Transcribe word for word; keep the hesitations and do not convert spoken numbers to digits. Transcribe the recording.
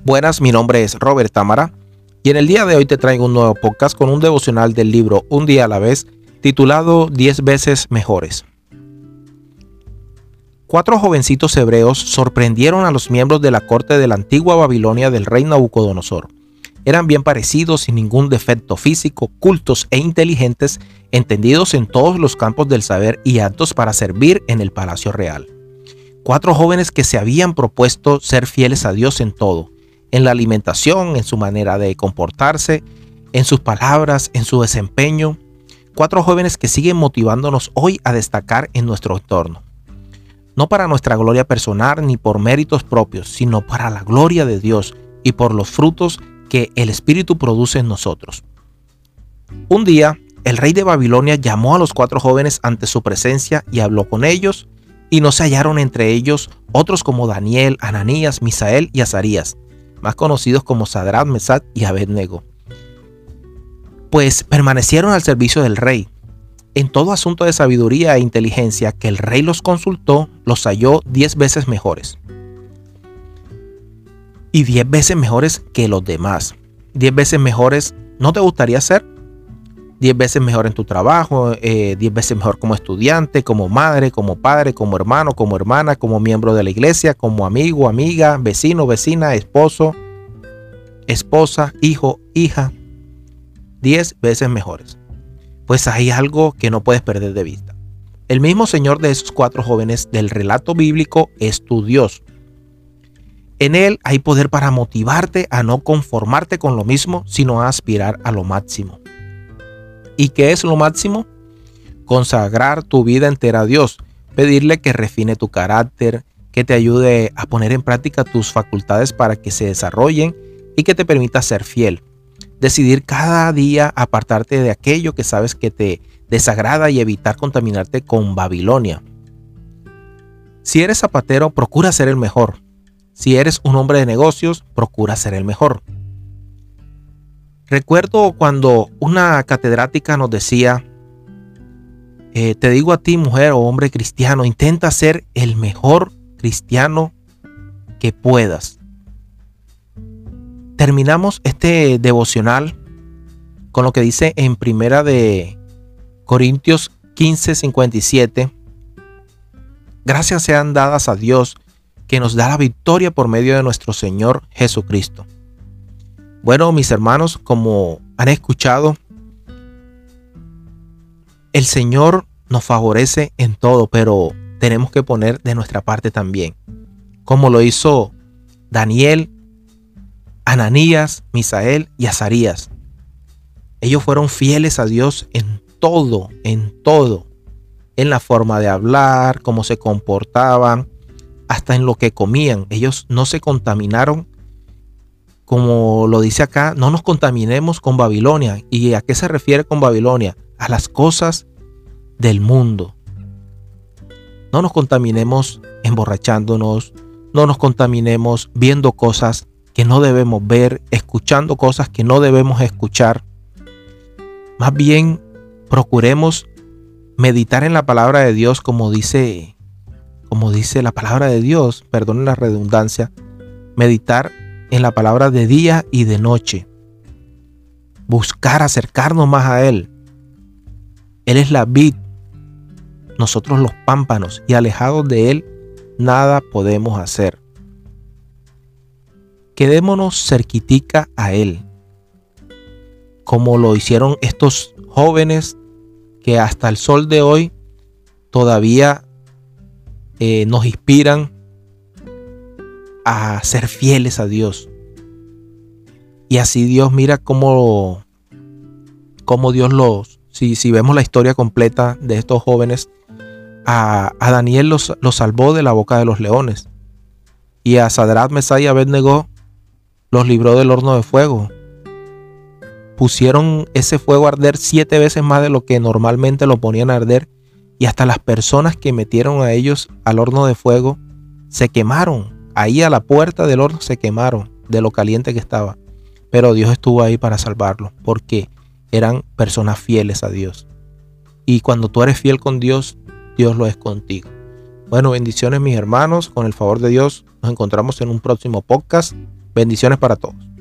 Buenas, mi nombre es Robert Támara y en el día de hoy te traigo un nuevo podcast con un devocional del libro Un día a la vez titulado diez veces mejores. Cuatro jovencitos hebreos sorprendieron a los miembros de la corte de la antigua Babilonia del rey Nabucodonosor. Eran bien parecidos, sin ningún defecto físico, cultos e inteligentes, entendidos en todos los campos del saber y aptos para servir en el palacio real. Cuatro jóvenes que se habían propuesto ser fieles a Dios en todo, en la alimentación, en su manera de comportarse, en sus palabras, en su desempeño. Cuatro jóvenes que siguen motivándonos hoy a destacar en nuestro entorno. No para nuestra gloria personal ni por méritos propios, sino para la gloria de Dios y por los frutos que el Espíritu produce en nosotros. Un día, el rey de Babilonia llamó a los cuatro jóvenes ante su presencia y habló con ellos, y no se hallaron entre ellos otros como Daniel, Ananías, Misael y Azarías, más conocidos como Sadrach, Mesach y Abed-nego, pues permanecieron al servicio del rey. En todo asunto de sabiduría e inteligencia que el rey los consultó, los halló diez veces mejores. Y diez veces mejores que los demás. Diez veces mejores, ¿no te gustaría ser? Diez veces mejor en tu trabajo, eh, diez veces mejor como estudiante, como madre, como padre, como hermano, como hermana, como miembro de la iglesia, como amigo, amiga, vecino, vecina, esposo, esposa, hijo, hija. Diez veces mejores. Pues hay algo que no puedes perder de vista. El mismo Señor de esos cuatro jóvenes del relato bíblico es tu Dios. En Él hay poder para motivarte a no conformarte con lo mismo, sino a aspirar a lo máximo. ¿Y qué es lo máximo? Consagrar tu vida entera a Dios, pedirle que refine tu carácter, que te ayude a poner en práctica tus facultades para que se desarrollen y que te permita ser fiel. Decidir cada día apartarte de aquello que sabes que te desagrada y evitar contaminarte con Babilonia. Si eres zapatero, procura ser el mejor. Si eres un hombre de negocios, procura ser el mejor. Recuerdo cuando una catedrática nos decía, eh, te digo a ti, mujer o hombre cristiano, intenta ser el mejor cristiano que puedas. Terminamos este devocional con lo que dice en Primera de Corintios quince, cincuenta y siete. Gracias sean dadas a Dios que nos da la victoria por medio de nuestro Señor Jesucristo. Bueno, mis hermanos, como han escuchado, el Señor nos favorece en todo, pero tenemos que poner de nuestra parte también, como lo hizo Daniel, Ananías, Misael y Azarías. Ellos fueron fieles a Dios en todo, en todo, en la forma de hablar, cómo se comportaban, hasta en lo que comían. Ellos no se contaminaron, como lo dice acá, no nos contaminemos con Babilonia. ¿Y a qué se refiere con Babilonia? A las cosas del mundo. No nos contaminemos emborrachándonos, no nos contaminemos viendo cosas que no debemos ver, escuchando cosas que no debemos escuchar. Más bien, procuremos meditar en la palabra de Dios como dice, como dice la palabra de Dios, perdonen la redundancia, meditar en la palabra de día y de noche. Buscar acercarnos más a Él. Él es la vid, nosotros los pámpanos, y alejados de Él, nada podemos hacer. Quedémonos cerquitica a Él, como lo hicieron estos jóvenes que hasta el sol de hoy todavía eh, nos inspiran a ser fieles a Dios. Y así Dios, mira cómo, cómo Dios los, si, si vemos la historia completa de estos jóvenes, a, a Daniel los, los salvó de la boca de los leones, y a Sadrach, Mesach y Abed-nego los libró del horno de fuego. Pusieron ese fuego a arder siete veces más de lo que normalmente lo ponían a arder, y hasta las personas que metieron a ellos al horno de fuego se quemaron. Ahí a la puerta del horno se quemaron de lo caliente que estaba. Pero Dios estuvo ahí para salvarlos, porque eran personas fieles a Dios. Y cuando tú eres fiel con Dios, Dios lo es contigo. Bueno, bendiciones mis hermanos. Con el favor de Dios nos encontramos en un próximo podcast. Bendiciones para todos.